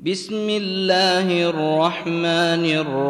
بسم الله الرحمن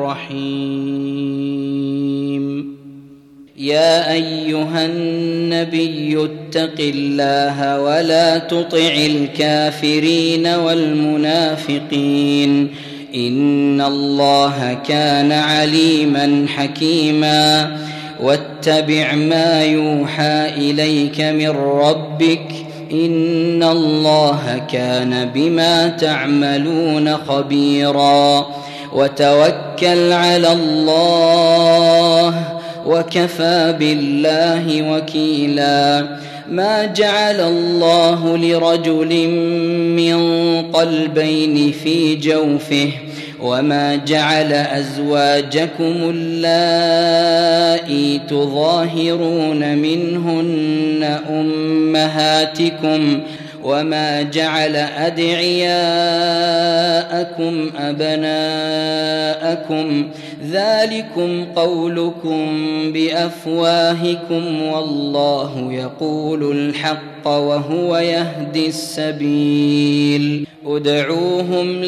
الرحيم. يا أيها النبي اتق الله ولا تطع الكافرين والمنافقين إن الله كان عليما حكيما. واتبع ما يوحى إليك من ربك إن الله كان بما تعملون خبيرا. وتوكل على الله وكفى بالله وكيلا. ما جعل الله لرجل من قلبين في جوفه وما جعل أزواجكم اللائي تظاهرون منهن أمهاتكم وما جعل أدعياءكم أبناءكم ذلكم قولكم بأفواهكم والله يقول الحق وهو يهدي السبيل. ادعوهم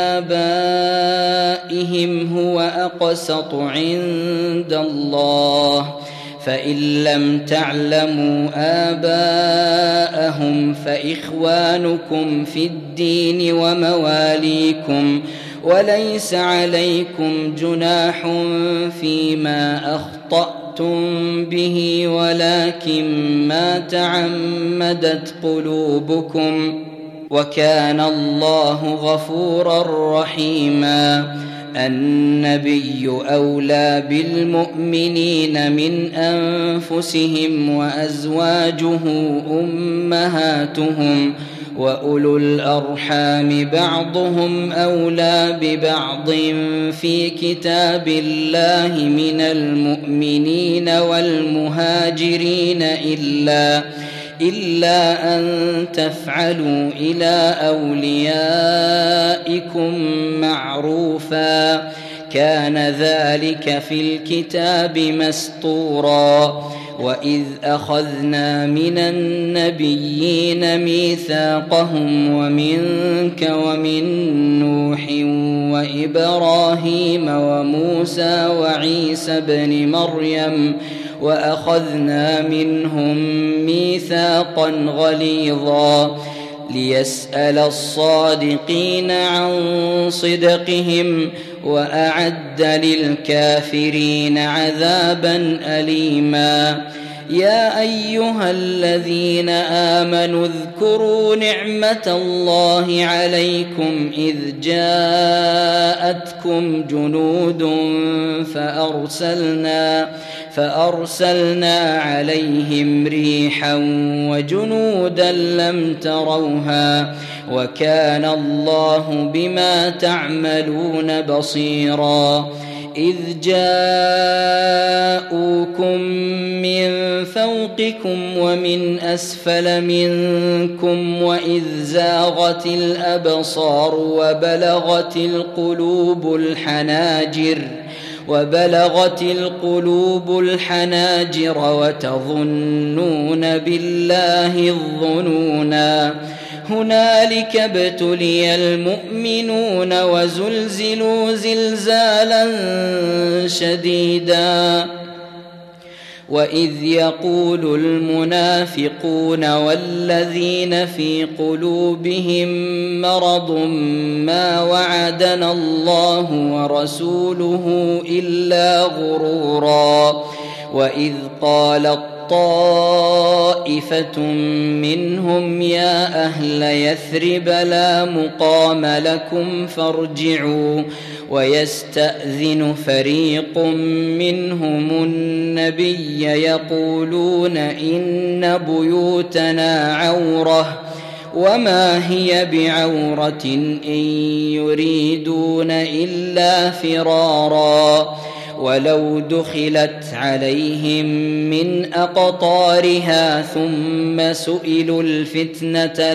لآبائهم هو أقسط عند الله فإن لم تعلموا آباءهم فإخوانكم في الدين ومواليكم وليس عليكم جناح فيما أخطأتم به ولكن ما تعمدت قلوبكم وكان الله غفورا رحيما. النبي أولى بالمؤمنين من أنفسهم وأزواجه أمهاتهم وأولو الأرحام بعضهم أولى ببعض في كتاب الله من المؤمنين والمهاجرين إلا أن تفعلوا إلى أوليائكم معروفا كان ذلك في الكتاب مسطورا. وإذ أخذنا من النبيين ميثاقهم ومنك ومن نوح وإبراهيم وموسى وعيسى بن مريم وأخذنا منهم ميثاقا غليظا ليسأل الصادقين عن صدقهم وأعد للكافرين عذابا أليما. يا أيها الذين آمنوا اذكروا نعمة الله عليكم إذ جاءتكم جنود فأرسلنا عليهم ريحا وجنودا لم تروها وكان الله بما تعملون بصيرا. إذ جاءوكم من فوقكم ومن أسفل منكم وإذ زاغت الأبصار وبلغت القلوب الحناجر وتظنون بالله الظنونا. هنالك ابتلي المؤمنون وزلزلوا زلزالا شديدا. وإذ يقول المنافقون والذين في قلوبهم مرض ما وعدنا الله ورسوله إلا غرورا. وإذ قالت طائفة منهم يا أهل يثرب لا مقام لكم فارجعوا ويستأذن فريق منهم النبي يقولون إن بيوتنا عورة وما هي بعورة إن يريدون إلا فرارا. ولو دخلت عليهم من أقطارها ثم سئلوا الفتنة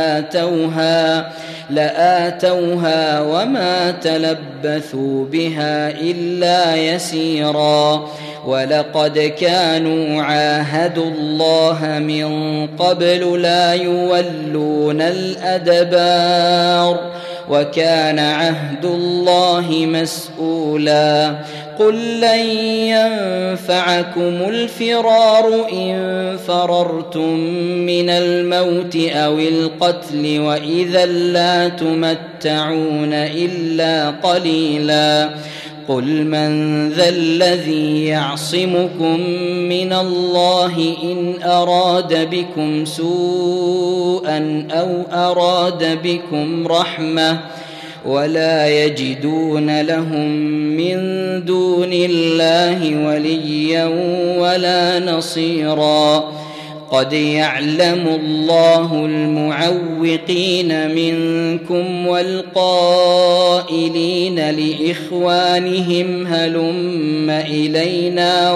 لآتوها وما تلبثوا بها إلا يسيرا. ولقد كانوا عاهدوا الله من قبل لا يولون الأدبار وكان عهد الله مسؤولا قل لن ينفعكم الفرار إن فررتم من الموت أو القتل وإذا لا تمتعون إلا قليلا قل من ذا الذي يعصمكم من الله إن أراد بكم سوءا أو أراد بكم رحمة ولا يجدون لهم من دون الله وليا ولا نصيرا قد يعلم الله المعوقين منكم والقائلين لإخوانهم هلم إلينا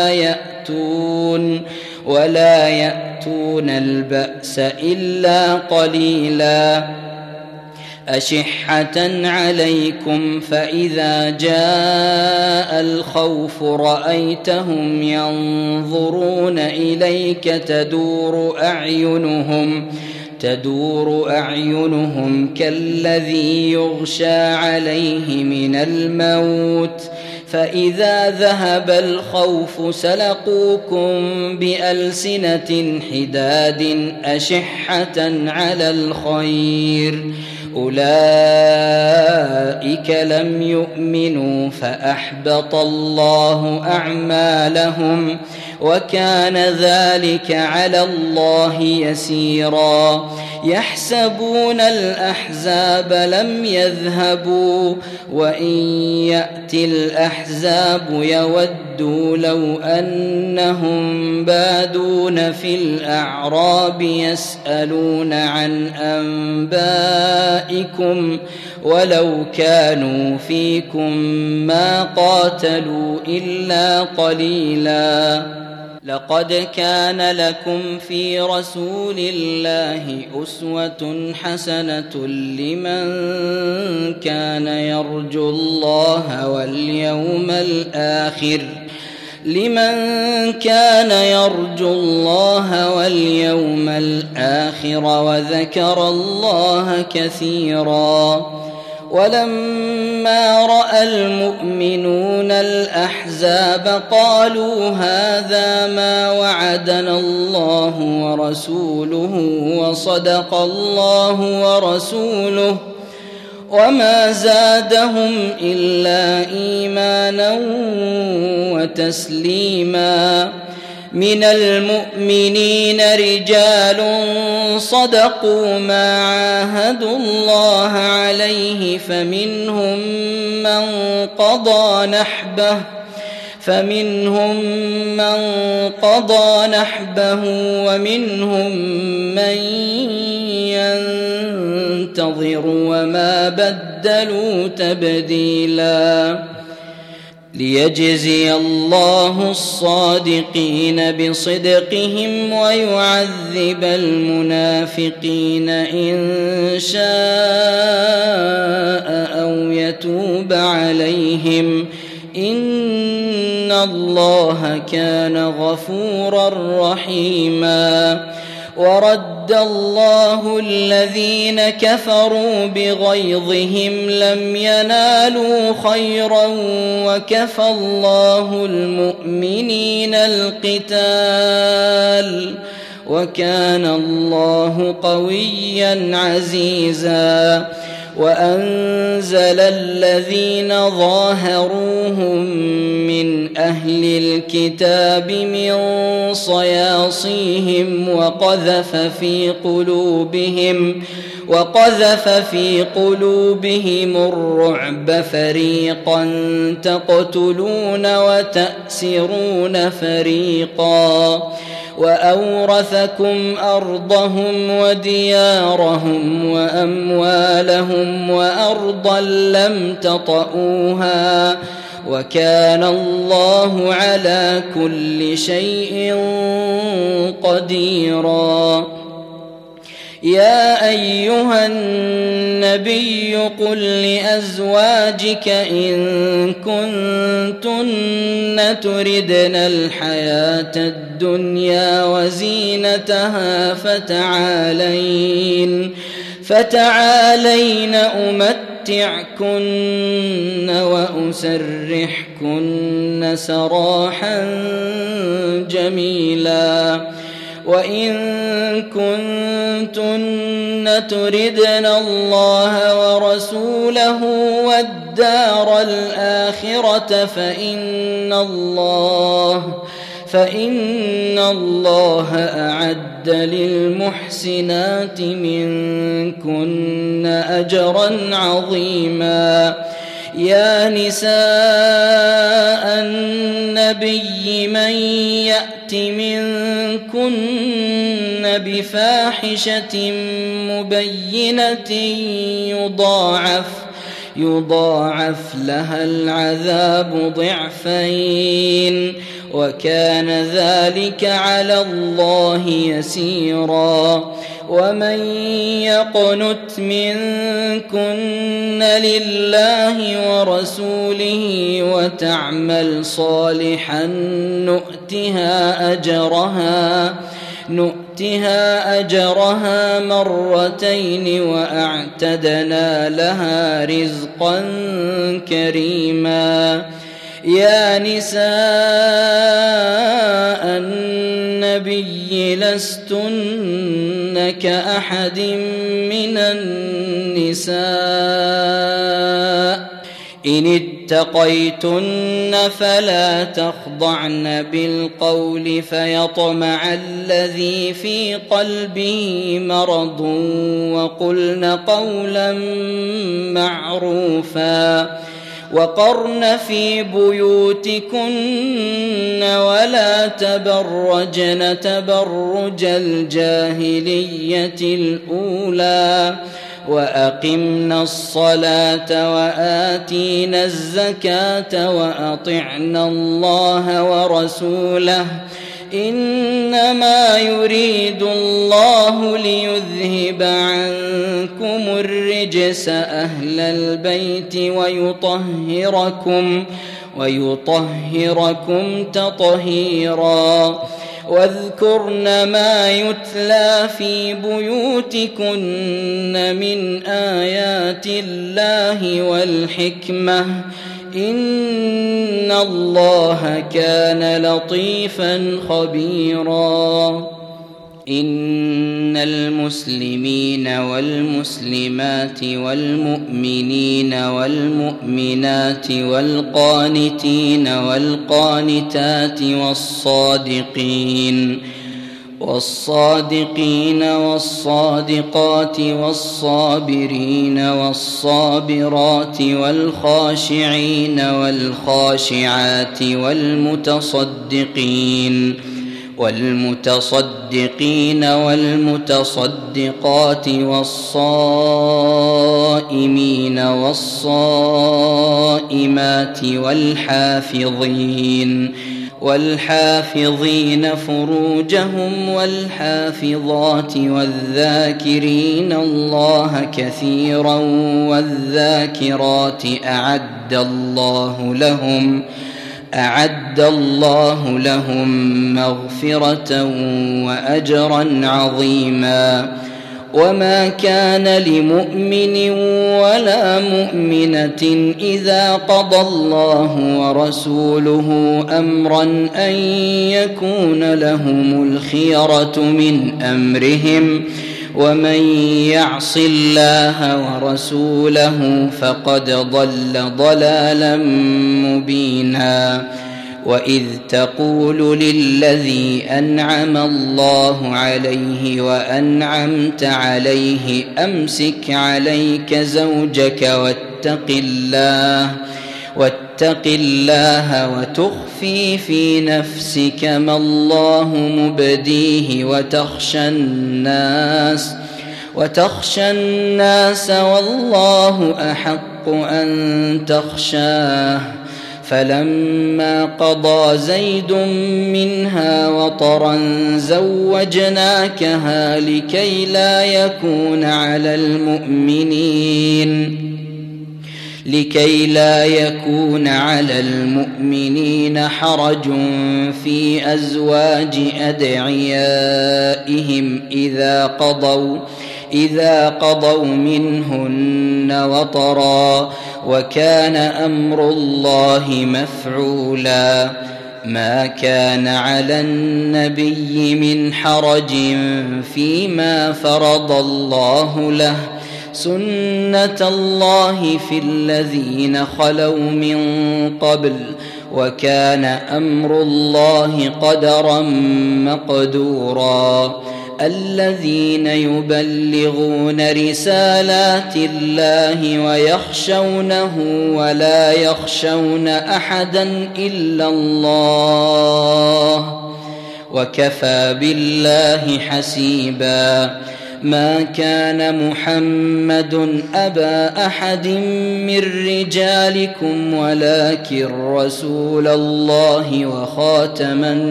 ولا يأتون البأس إلا قليلا أشحة عليكم فإذا جاء الخوف رأيتهم ينظرون إليك تدور أعينهم كالذي يغشى عليه من الموت فإذا ذهب الخوف سلقوكم بألسنة حداد أشحة على الخير أولئك لم يؤمنوا فأحبط الله أعمالهم وكان ذلك على الله يسيرا يحسبون الأحزاب لم يذهبوا وإن يأتي الأحزاب يودوا لو أنهم بادون في الأعراب يسألون عن أنبائكم ولو كانوا فيكم ما قاتلوا إلا قليلا لقد كان لكم في رسول الله أسوة حسنة لمن كان يرجو الله واليوم الآخر وذكر الله كثيرا ولما رأى المؤمنون الأحزاب قالوا هذا ما وعدنا الله ورسوله وصدق الله ورسوله وما زادهم إلا إيمانا وتسليما من المؤمنين رجال صدقوا ما عاهدوا الله عليه فمنهم من قضى نحبه ومنهم من ينتظر وما بدلوا تبديلا ليجزي الله الصادقين بصدقهم ويعذب المنافقين إن شاء أو يتوب عليهم إن الله كان غفورا رحيما ورد الله الذين كفروا بغيظهم لم ينالوا خيرا وكفى الله المؤمنين القتال وكان الله قويا عزيزا وأنزل الذين ظاهروهم من أهل الكتاب من صياصيهم وقذف في قلوبهم الرعب فريقا تقتلون وتأسرون فريقا وأورثكم أرضهم وديارهم وأموالهم وأرضا لم تطئوها وكان الله على كل شيء قديرا يا أيها النبي قل لأزواجك إن كنتن تردن الحياة فتعالين أمتعكن وأسرحكن سراحا جميلا وإن كنتن تردن الله ورسوله والدار الآخرة فإن الله أعد للمحسنات منكن أجرا عظيما يا نساء النبي من يأت منكن بفاحشة مبينة يضاعف لها العذاب ضعفين وكان ذلك على الله يسيرا ومن يقنت منكن لله ورسوله وتعمل صالحا نؤتها أجرها مرتين وأعتدنا لها رزقا كريما يا نساء النبي لستن كأحد من النساء إن اتقيتن فلا تخضعن بالقول فيطمع الذي في قلبه مرض وقلن قولا معروفا وقرن في بيوتكن ولا تبرجن تبرج الجاهلية الأولى وأقمنا الصلاة وآتينا الزكاة وأطعنا الله ورسوله إنما يريد الله ليذهب عنكم الرجس أهل البيت ويطهركم تطهيرا واذكرن ما يتلى في بيوتكن من آيات الله والحكمة إن الله كان لطيفا خبيرا إن المسلمين والمسلمات والمؤمنين والمؤمنات والقانتين والقانتات والصادقين والصادقات والصابرين والصابرات والخاشعين والخاشعات والمتصدقين والمتصدقات والصائمين والصائمات والحافظين فروجهم والحافظات والذاكرين الله كثيرا والذاكرات أعد الله لهم مغفرة وأجرا عظيما وما كان لمؤمن ولا مؤمنة إذا قضى الله ورسوله أمرا أن يكون لهم الخيرة من أمرهم ومن يعص الله ورسوله فقد ضل ضلالا مبينا وإذ تقول للذي أنعم الله عليه وأنعمت عليه أمسك عليك زوجك واتق الله وتخفي في نفسك ما الله مبديه وتخشى الناس والله أحق أن تخشاه فلما قضى زيد منها وطرا زوجناكها لكي لا يكون على المؤمنين حرج في إذا قضوا منهن وطرا وكان أمر الله مفعولا ما كان على النبي من حرج فيما فرض الله له سنة الله في الذين خلوا من قبل وكان أمر الله قدرا مقدورا الذين يبلغون رسالات الله ويخشونه ولا يخشون أحدا إلا الله وكفى بالله حسيبا ما كان محمد أبا أحد من رجالكم ولكن رسول الله وخاتم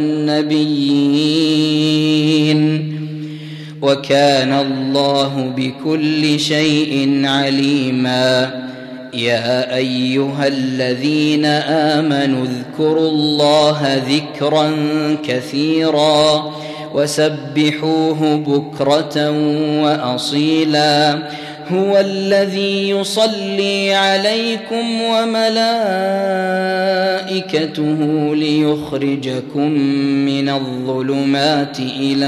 النبيين وكان الله بكل شيء عليما يا أيها الذين آمنوا اذكروا الله ذكرا كثيرا وسبحوه بكرة وأصيلا هو الذي يصلي عليكم وملائكته ليخرجكم من الظلمات إلى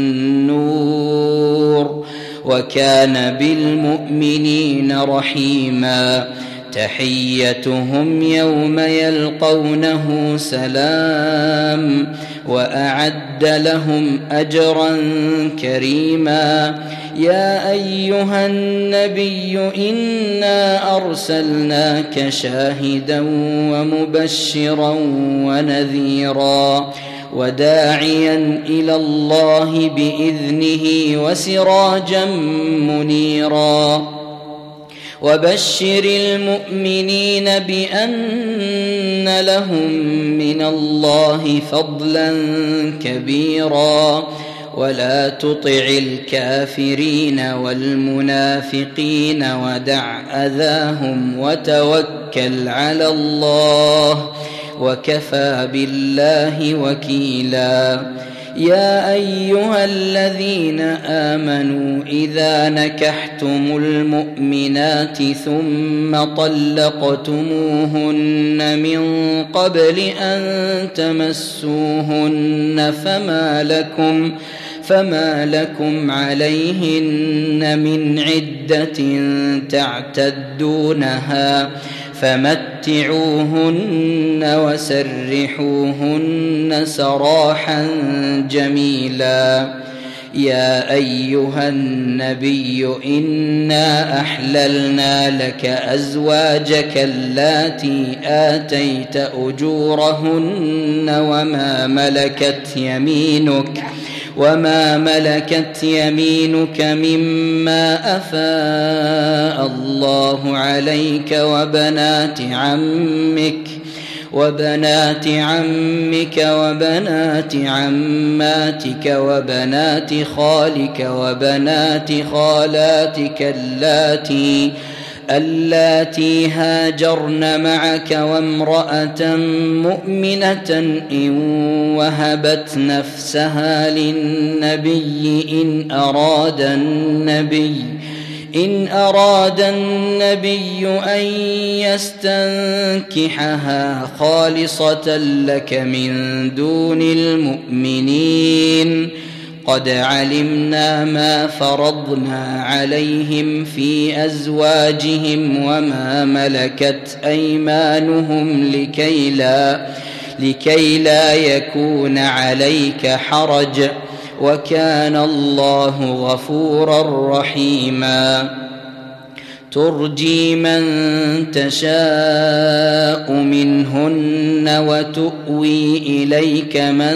النور وكان بالمؤمنين رحيما تحيتهم يوم يلقونه سلام وأعد لهم أجرا كريما يا أيها النبي إنا أرسلناك شاهدا ومبشرا ونذيرا وداعيا إلى الله بإذنه وسراجا منيرا وبشر المؤمنين بأن لهم من الله فضلا كبيرا ولا تطع الكافرين والمنافقين ودع أذاهم وتوكل على الله وكفى بالله وكيلا يا أيها الذين آمنوا إذا نكحتم المؤمنات ثم طلقتموهن من قبل أن تمسوهن فما لكم عليهن من عدة تعتدونها فمتعوهن وسرحوهن سراحا جميلا يا أيها النبي إنا أحللنا لك أزواجك اللاتي آتيت أجورهن وما ملكت يمينك مما أفاء الله عليك وبنات عمك وبنات عماتك وبنات خالك وبنات خالاتك اللاتي هاجرن معك وامرأة مؤمنة إن وهبت نفسها للنبي إن أراد النبي أن يستنكحها خالصة لك من دون المؤمنين قد علمنا ما فرضنا عليهم في أزواجهم وما ملكت أيمانهم لكي لا يكون عليك حرج وكان الله غفورا رحيما ترجي من تشاء منهن وتؤوي إليك من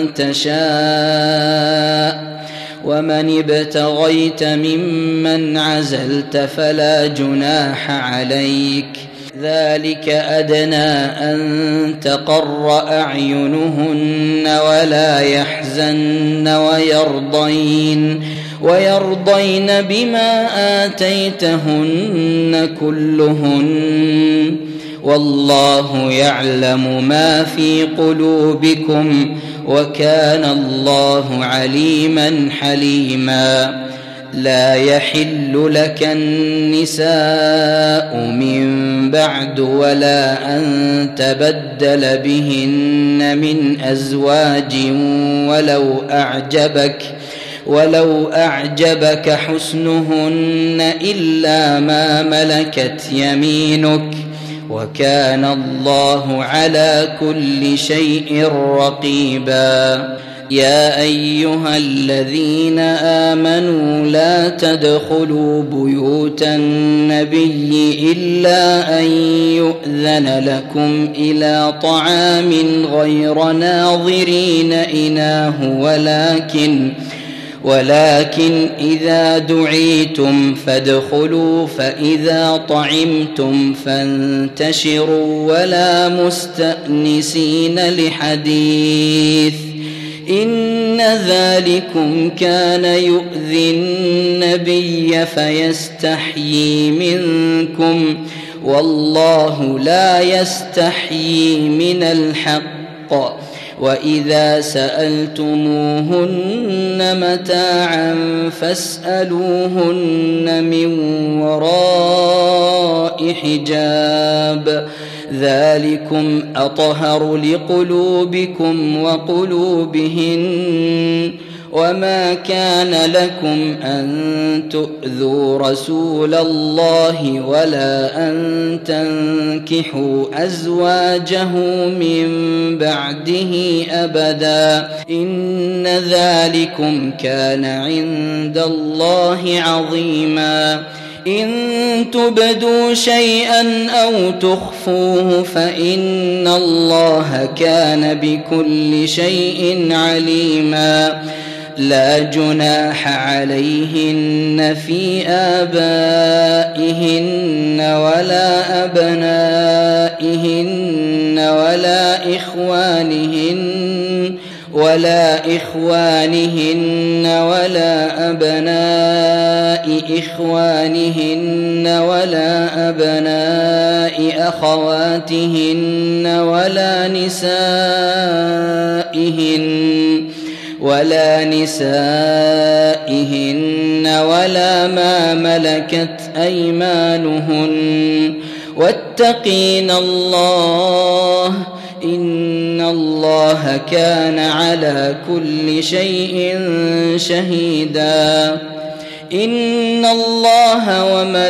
تشاء ومن ابتغيت ممن عزلت فلا جناح عليك ذلك أدنى أن تقر أعينهن ولا يحزن ويرضين بما آتيتهن كلهن والله يعلم ما في قلوبكم وكان الله عليما حليما لا يحل لك النساء من بعد ولا أن تبدل بهن من أزواج ولو أعجبك حسنهن إلا ما ملكت يمينك وكان الله على كل شيء رقيبا. يا أيها الذين آمنوا لا تدخلوا بيوت النبي إلا أن يؤذن لكم إلى طعام غير ناظرين إناه ولكن إذا دعيتم فادخلوا فإذا طعمتم فانتشروا ولا مستأنسين لحديث إن ذلكم كان يؤذي النبي فيستحيي منكم والله لا يستحيي من الحق. وإذا سألتموهن متاعا فاسألوهن من وراء حجاب ذلكم أطهر لقلوبكم وقلوبهن. وما كان لكم أن تؤذوا رسول الله ولا أن تنكحوا أزواجه من بعده أبدا إن ذلكم كان عند الله عظيما. إن تبدوا شيئا أو تخفوه فإن الله كان بكل شيء عليما. لا جناح عليهن في آبائهن ولا أبنائهن ولا إخوانهن ولا أبناء إخوانهن ولا أبناء أخواتهن ولا نسائهن ولا ما ملكت أيمانهن واتقين الله إن الله كان على كل شيء شهيدا. إن الله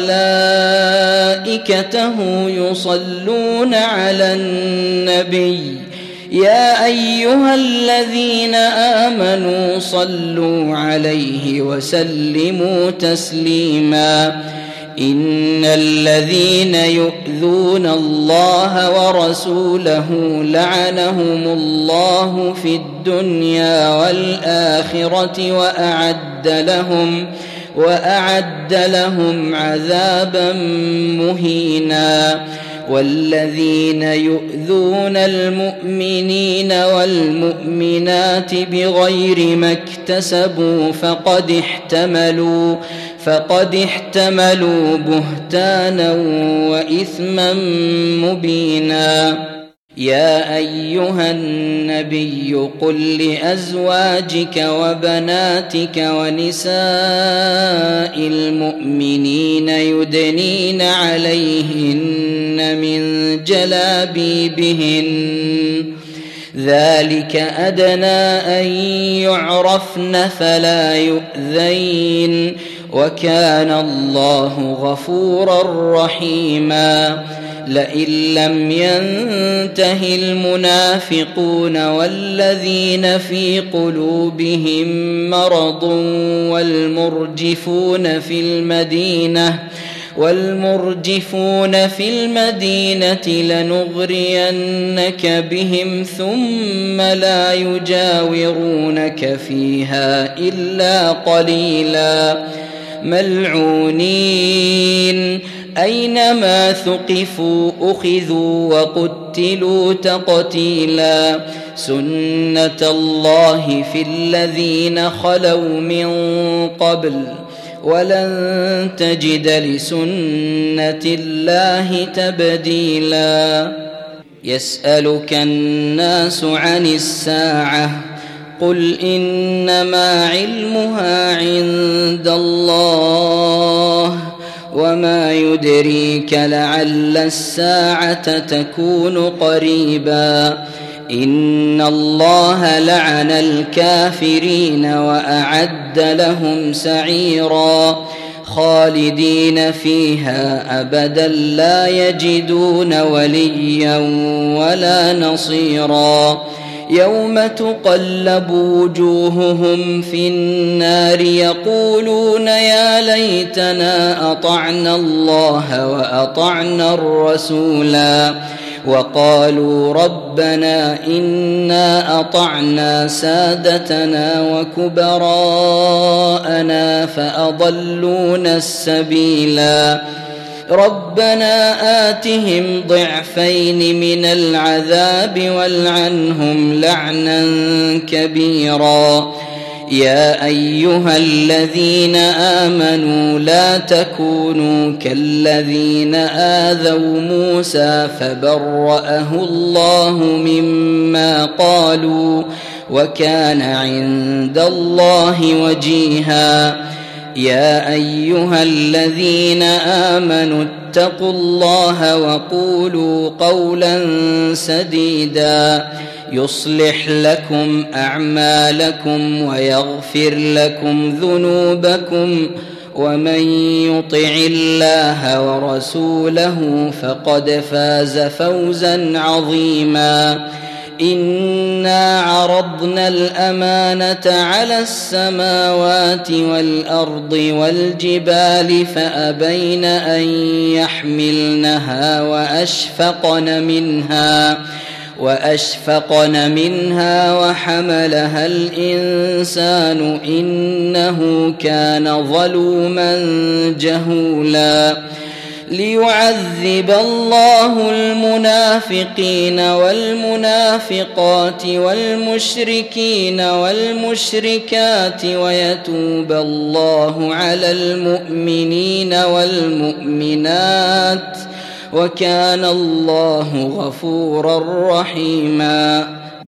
وملائكته يصلون على النبي يا أيها الذين آمنوا صلوا عليه وسلموا تسليما. إن الذين يؤذون الله ورسوله لعنهم الله في الدنيا والآخرة وأعد لهم عذابا مهينا. والذين يؤذون المؤمنين والمؤمنات بغير ما اكتسبوا فقد احتملوا بهتانا وإثما مبينا. يا أيها النبي قل لأزواجك وبناتك ونساء المؤمنين يدنين عليهن من جلابيبهن ذلك أدنى أن يعرفن فلا يؤذين وكان الله غفورا رحيما. لئن لم ينته المنافقون والذين في قلوبهم مرض والمرجفون في المدينة لنغرينك بهم ثم لا يجاورونك فيها إلا قليلا ملعونين أينما ثقفوا أخذوا وقتلوا تقتيلا. سنة الله في الذين خلوا من قبل ولن تجد لسنة الله تبديلا. يسألك الناس عن الساعة قل إنما علمها عند الله وما يدريك لعل الساعة تكون قريبا إن الله لعن الكافرين وأعد لهم سعيرا خالدين فيها أبدا لا يجدون وليا ولا نصيرا يوم تقلب وجوههم في النار يقولون يا ليتنا أطعنا الله وأطعنا الرسولا وقالوا ربنا إنا أطعنا سادتنا وكبراءنا فأضلونا السبيلا ربنا آتهم ضعفين من العذاب والعنهم لعنا كبيرا يا أيها الذين آمنوا لا تكونوا كالذين آذوا موسى فبرأه الله مما قالوا وكان عند الله وجيها يا أيها الذين آمنوا اتقوا الله وقولوا قولا سديدا يصلح لكم أعمالكم ويغفر لكم ذنوبكم ومن يطع الله ورسوله فقد فاز فوزا عظيما إنا عرضنا الأمانة على السماوات والأرض والجبال فأبين أن يحملنها وأشفقن منها وحملها الإنسان إنه كان ظلوما جهولا ليعذب الله المنافقين والمنافقات والمشركين والمشركات ويتوب الله على المؤمنين والمؤمنات وكان الله غفورا رحيما